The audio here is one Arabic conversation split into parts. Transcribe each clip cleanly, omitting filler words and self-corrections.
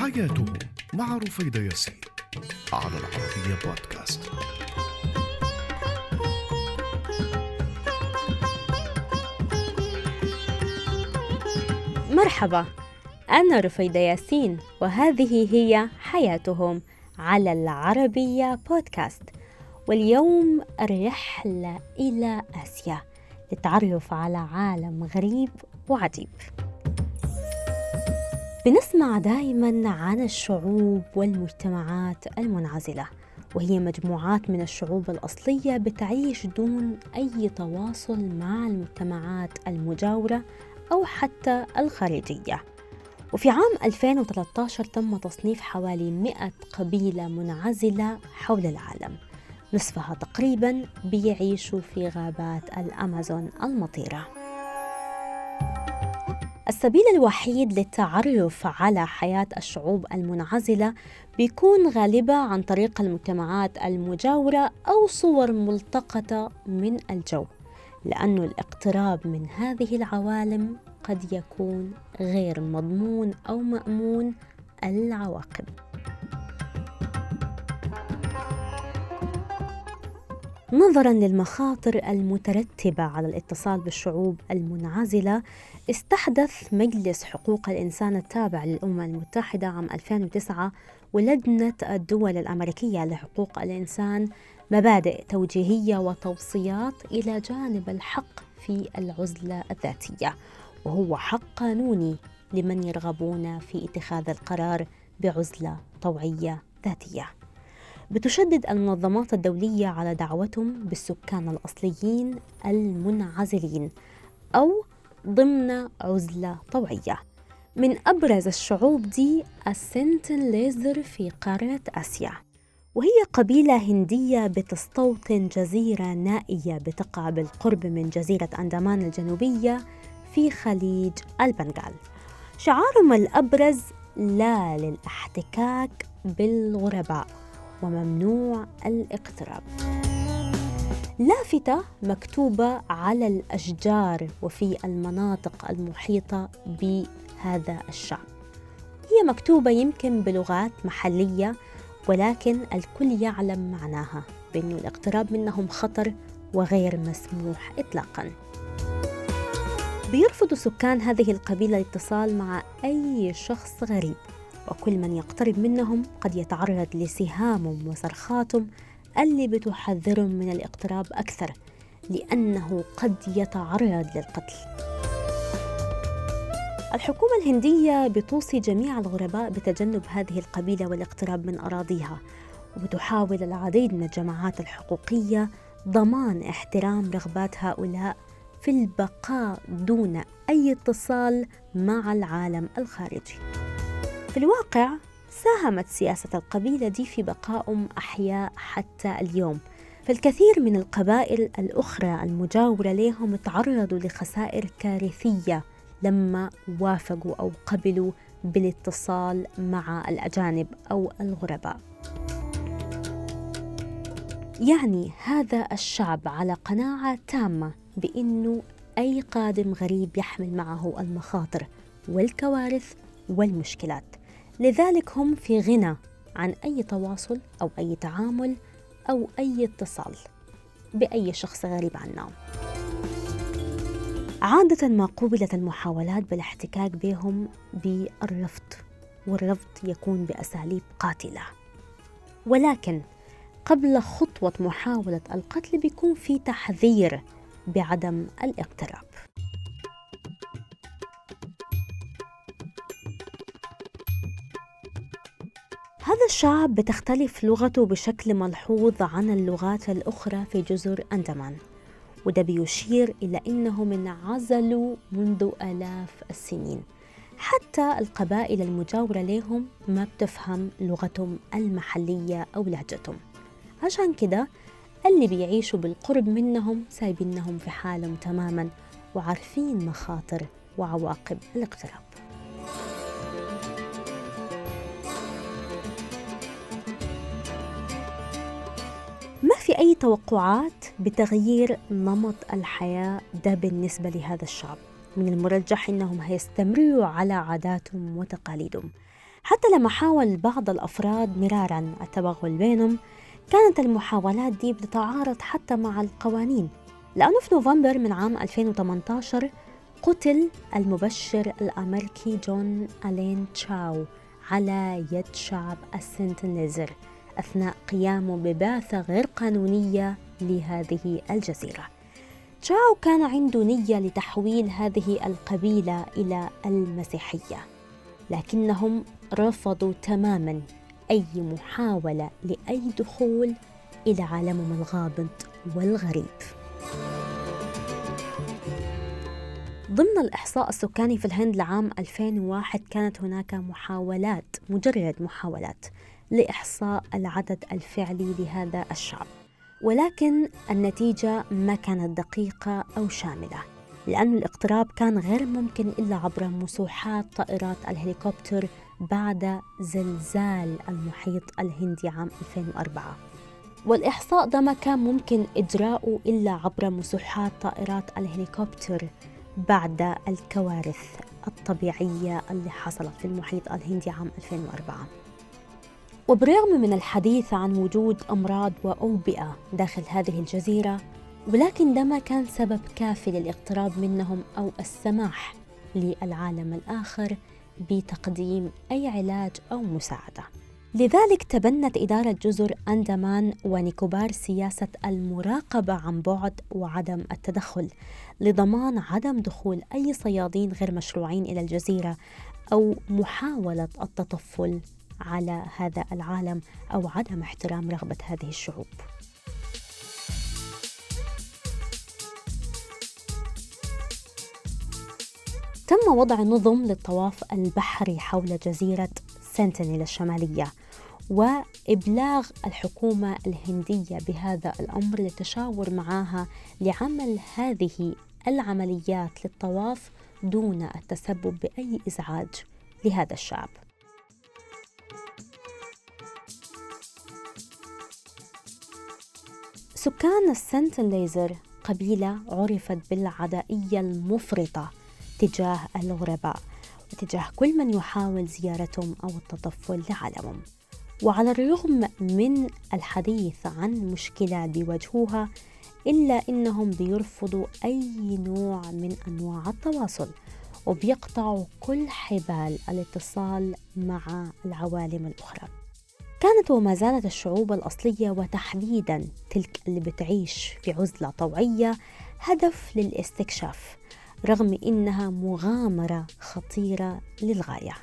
حياتهم مع رفيدة ياسين على العربية بودكاست. مرحبا، أنا رفيدة ياسين وهذه هي حياتهم على العربية بودكاست. واليوم الرحلة إلى آسيا للتعرف على عالم غريب وعجيب. بنسمع دائما عن الشعوب والمجتمعات المنعزلة، وهي مجموعات من الشعوب الأصلية بتعيش دون أي تواصل مع المجتمعات المجاورة أو حتى الخارجية. وفي عام 2013 تم تصنيف حوالي 100 قبيلة منعزلة حول العالم، نصفها تقريباً بيعيشوا في غابات الأمازون المطيرة. السبيل الوحيد للتعرف على حياة الشعوب المنعزلة بيكون غالباً عن طريق المجتمعات المجاورة أو صور ملتقطة من الجو، لأن الاقتراب من هذه العوالم قد يكون غير مضمون أو مأمون العواقب. نظراً للمخاطر المترتبة على الاتصال بالشعوب المنعزلة، استحدث مجلس حقوق الإنسان التابع للأمم المتحدة عام 2009 ولجنة الدول الأمريكية لحقوق الإنسان مبادئ توجيهية وتوصيات إلى جانب الحق في العزلة الذاتية، وهو حق قانوني لمن يرغبون في اتخاذ القرار بعزلة طوعية ذاتية. بتشدد المنظمات الدولية على دعوتهم بالسكان الأصليين المنعزلين أو ضمن عزلة طوعية. من أبرز الشعوب دي السنتنليزر في قارة آسيا، وهي قبيلة هندية بتستوطن جزيرة نائية بتقع بالقرب من جزيرة أندمان الجنوبية في خليج البنغال. شعارهم الأبرز: لا للاحتكاك بالغرباء وممنوع الاقتراب. لافتة مكتوبة على الأشجار وفي المناطق المحيطة بهذا الشعب، هي مكتوبة يمكن بلغات محلية، ولكن الكل يعلم معناها بأن الاقتراب منهم خطر وغير مسموح إطلاقاً. بيرفض سكان هذه القبيلة الاتصال مع أي شخص غريب، وكل من يقترب منهم قد يتعرض لسهامهم وصرخاتهم اللي بتحذرهم من الاقتراب أكثر، لأنه قد يتعرض للقتل. الحكومة الهندية بتوصي جميع الغرباء بتجنب هذه القبيلة والاقتراب من أراضيها، وبتحاول العديد من الجماعات الحقوقية ضمان احترام رغبات هؤلاء في البقاء دون أي اتصال مع العالم الخارجي. في الواقع ساهمت سياسة القبيلة دي في بقائهم أحياء حتى اليوم، فالكثير من القبائل الأخرى المجاورة لهم تعرضوا لخسائر كارثية لما وافقوا أو قبلوا بالاتصال مع الأجانب أو الغرباء. يعني هذا الشعب على قناعة تامة بأنه أي قادم غريب يحمل معه المخاطر والكوارث والمشكلات، لذلك هم في غنى عن أي تواصل أو أي تعامل أو أي اتصال بأي شخص غريب عنهم. عادة ما قوبلت المحاولات بالاحتكاك بهم بالرفض، والرفض يكون بأساليب قاتلة، ولكن قبل خطوة محاولة القتل بيكون في تحذير بعدم الاقتراب. هذا الشعب بتختلف لغته بشكل ملحوظ عن اللغات الأخرى في جزر أندمان، وده بيشير إلى أنهم انعزلوا منذ آلاف السنين. حتى القبائل المجاورة لهم ما بتفهم لغتهم المحلية أو لهجتهم، عشان كده اللي بيعيشوا بالقرب منهم سايبينهم في حالهم تماماً وعارفين مخاطر وعواقب الاقتراب. ما في أي توقعات بتغيير نمط الحياة ده بالنسبة لهذا الشعب. من المرجح أنهم هيستمروا على عاداتهم وتقاليدهم. حتى لما حاول بعض الأفراد مرارا التوغل بينهم، كانت المحاولات دي بتتعارض حتى مع القوانين، لأنه في نوفمبر من عام 2018 قتل المبشر الأمريكي جون ألين تشاو على يد شعب السنتنيزر أثناء قيامه ببعثة غير قانونية لهذه الجزيرة. تشاو كان عنده نية لتحويل هذه القبيلة إلى المسيحية، لكنهم رفضوا تماماً أي محاولة لأي دخول إلى عالمهم الغامض والغريب. ضمن الإحصاء السكاني في الهند لعام 2001 كانت هناك محاولات، مجرد محاولات لإحصاء العدد الفعلي لهذا الشعب، ولكن النتيجة ما كانت دقيقة أو شاملة، لأن الاقتراب كان غير ممكن إلا عبر مسوحات طائرات الهليكوبتر بعد زلزال المحيط الهندي عام 2004. والإحصاء ده ما كان ممكن إجراؤه إلا عبر مسوحات طائرات الهليكوبتر بعد الكوارث الطبيعية اللي حصلت في المحيط الهندي عام 2004. وبرغم من الحديث عن وجود أمراض وأوبئة داخل هذه الجزيرة، ولكن ده ما كان سبب كافي للاقتراب منهم أو السماح للعالم الآخر بتقديم أي علاج أو مساعدة. لذلك تبنت إدارة جزر أندمان ونيكوبار سياسة المراقبة عن بعد وعدم التدخل، لضمان عدم دخول أي صيادين غير مشروعين إلى الجزيرة أو محاولة التطفل على هذا العالم أو عدم احترام رغبة هذه الشعوب. تم وضع نظم للطواف البحري حول جزيرة سنتينيل الشمالية، وإبلاغ الحكومة الهندية بهذا الأمر للتشاور معها لعمل هذه العمليات للطواف دون التسبب بأي إزعاج لهذا الشعب. سكان السنتنليزر قبيلة عرفت بالعدائية المفرطة تجاه الغرباء وتجاه كل من يحاول زيارتهم أو التطفل لعالمهم. وعلى الرغم من الحديث عن مشكلات بيواجهوها، إلا إنهم بيرفضوا أي نوع من أنواع التواصل، وبيقطعوا كل حبال الاتصال مع العوالم الأخرى. كانت وما زالت الشعوب الأصلية وتحديداً تلك اللي بتعيش في عزلة طوعية هدف للاستكشاف، رغم إنها مغامرة خطيرة للغاية.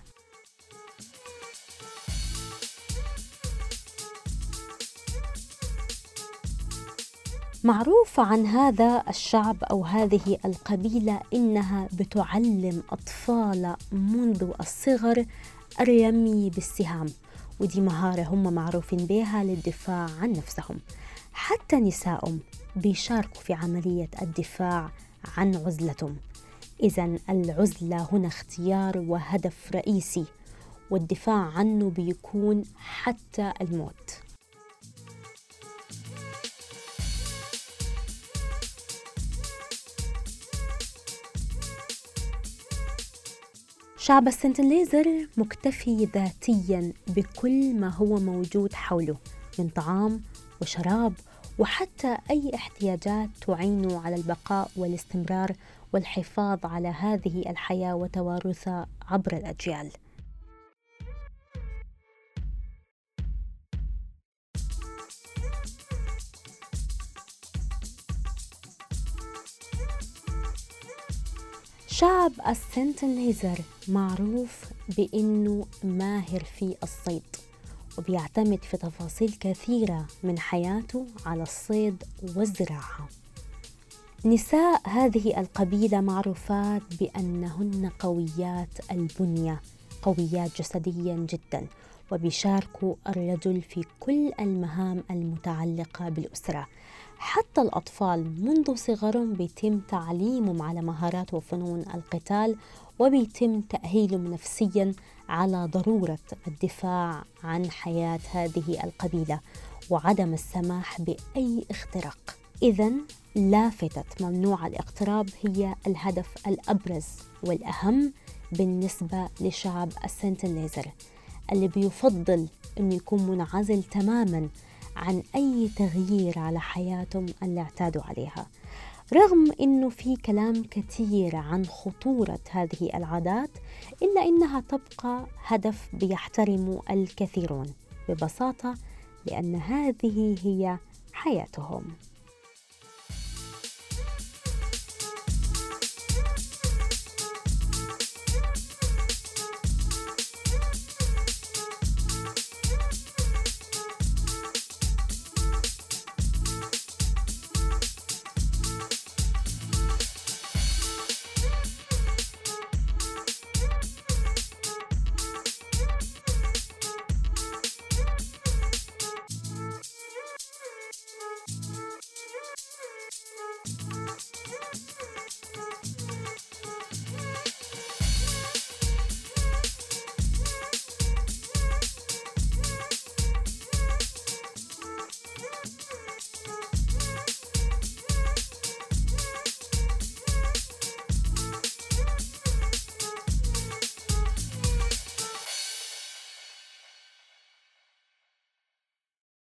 معروف عن هذا الشعب أو هذه القبيلة إنها بتعلم أطفال منذ الصغر الرمي بالسهام، ودي مهارة هم معروفين بها للدفاع عن نفسهم. حتى نسائهم بيشاركوا في عملية الدفاع عن عزلتهم. إذن العزلة هنا اختيار وهدف رئيسي، والدفاع عنه بيكون حتى الموت. شعب السنتنليزر مكتفي ذاتياً بكل ما هو موجود حوله من طعام وشراب، وحتى أي احتياجات تعينه على البقاء والاستمرار والحفاظ على هذه الحياة وتوارثها عبر الأجيال. شعب السنتنليزر معروف بأنه ماهر في الصيد، وبيعتمد في تفاصيل كثيرة من حياته على الصيد والزراعة. نساء هذه القبيلة معروفات بأنهن قويات البنية، قويات جسديا جدا، وبيشاركوا الرجل في كل المهام المتعلقة بالأسرة. حتى الأطفال منذ صغرهم بيتم تعليمهم على مهارات وفنون القتال، وبيتم تأهيلهم نفسيا على ضرورة الدفاع عن حياة هذه القبيلة وعدم السماح بأي اختراق. إذن لافتة ممنوع الاقتراب هي الهدف الأبرز والأهم بالنسبة لشعب السنتنليزر. اللي بيفضل أنه يكون منعزل تماماً عن أي تغيير على حياتهم اللي اعتادوا عليها. رغم أنه في كلام كثير عن خطورة هذه العادات، إلا أنها تبقى هدف بيحترمه الكثيرون، ببساطة لأن هذه هي حياتهم.